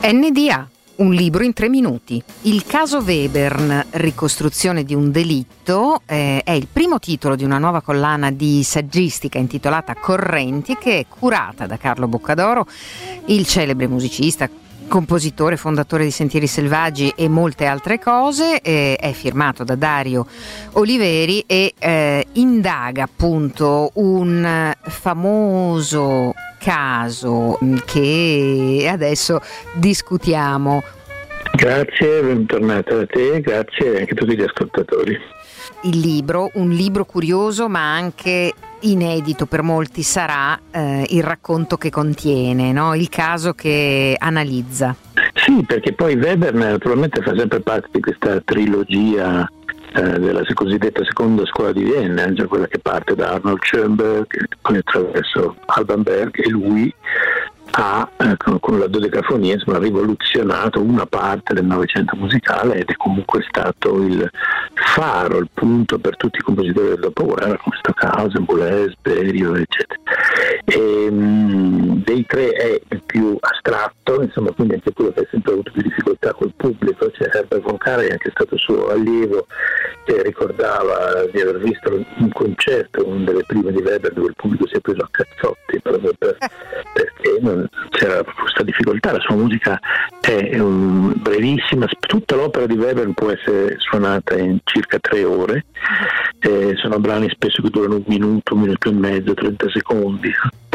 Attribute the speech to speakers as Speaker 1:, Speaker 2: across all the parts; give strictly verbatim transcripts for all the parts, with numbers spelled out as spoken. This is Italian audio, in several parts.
Speaker 1: N D A, un libro in tre minuti. Il caso Webern, ricostruzione di un delitto, eh, è il primo titolo di una nuova collana di saggistica intitolata Correnti, che è curata da Carlo Boccadoro, il celebre musicista, compositore, fondatore di Sentieri Selvaggi e molte altre cose. Eh, è firmato da Dario Oliveri e eh, indaga appunto un famoso caso che adesso discutiamo.
Speaker 2: Grazie, bentornata a te, grazie anche a tutti gli ascoltatori.
Speaker 1: Il libro, un libro curioso ma anche inedito per molti sarà eh, il racconto che contiene, no? Il caso che analizza.
Speaker 2: Sì, perché poi Webern naturalmente fa sempre parte di questa trilogia eh, della cosiddetta seconda scuola di Vienna, cioè quella che parte da Arnold Schoenberg, poi attraverso Alban Berg, e lui ha eh, con, con la dodecafonia insomma, rivoluzionato una parte del Novecento musicale ed è comunque stato il faro, il punto per tutti i compositori del dopoguerra, come Stockhausen, Boulez, Berio, eccetera. E, mh, dei tre è il più astratto, insomma, quindi anche quello che ha sempre avuto più difficoltà col pubblico. Cioè Herbert von Karajan, che è stato suo allievo, che ricordava di aver visto un concerto, una delle prime di Weber, dove il pubblico si è preso a cazzotti proprio per, perché non c'era questa difficoltà. La sua musica è um, brevissima, tutta l'opera di Weber può essere suonata in circa tre ore, eh, sono brani spesso che durano un minuto, un minuto e mezzo, trenta secondi,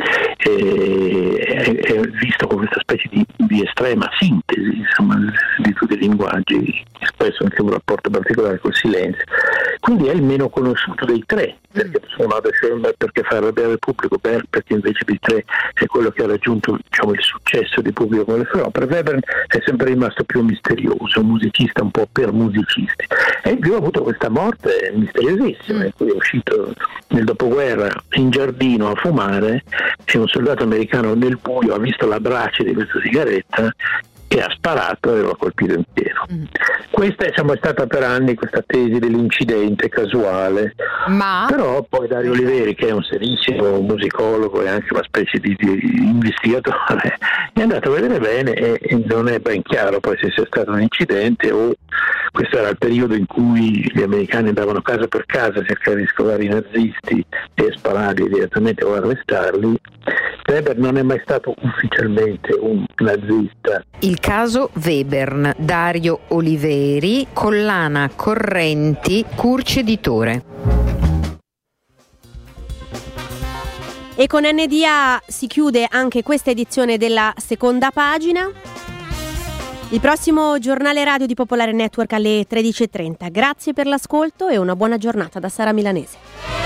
Speaker 2: e è, è visto come questa specie di, di estrema sintesi, insomma, di tutti i linguaggi, spesso anche un rapporto particolare col silenzio. Quindi è il meno conosciuto dei tre, perché suonato Schoenberg perché fa arrabbiare il pubblico, Berg perché invece dei tre è quello che ha raggiunto, diciamo, il successo di pubblico con le sue opere. Weber è sempre rimasto più misterioso, un musicista un po' per musicisti, e in più ha avuto questa morte misteriosissima, in cui è uscito nel dopoguerra in giardino a fumare e un soldato americano nel buio ha visto la brace di questa sigaretta e ha sparato e lo ha colpito in pieno. Mm. Questa diciamo, è stata per anni questa tesi dell'incidente casuale,
Speaker 1: ma
Speaker 2: però poi Dario Oliveri, che è un serissimo musicologo e anche una specie di, di investigatore, è andato a vedere bene e, e non è ben chiaro poi se sia stato un incidente o questo era il periodo in cui gli americani andavano casa per casa a cercare di scovare i nazisti e spararli direttamente o arrestarli. Weber non è mai stato ufficialmente un nazista.
Speaker 1: Il caso Webern, Dario Oliveri, collana Correnti, Curci Editore.
Speaker 3: E con N D A si chiude anche questa edizione della Seconda Pagina. Il prossimo giornale radio di Popolare Network alle tredici e trenta. Grazie per l'ascolto e una buona giornata da Sara Milanese.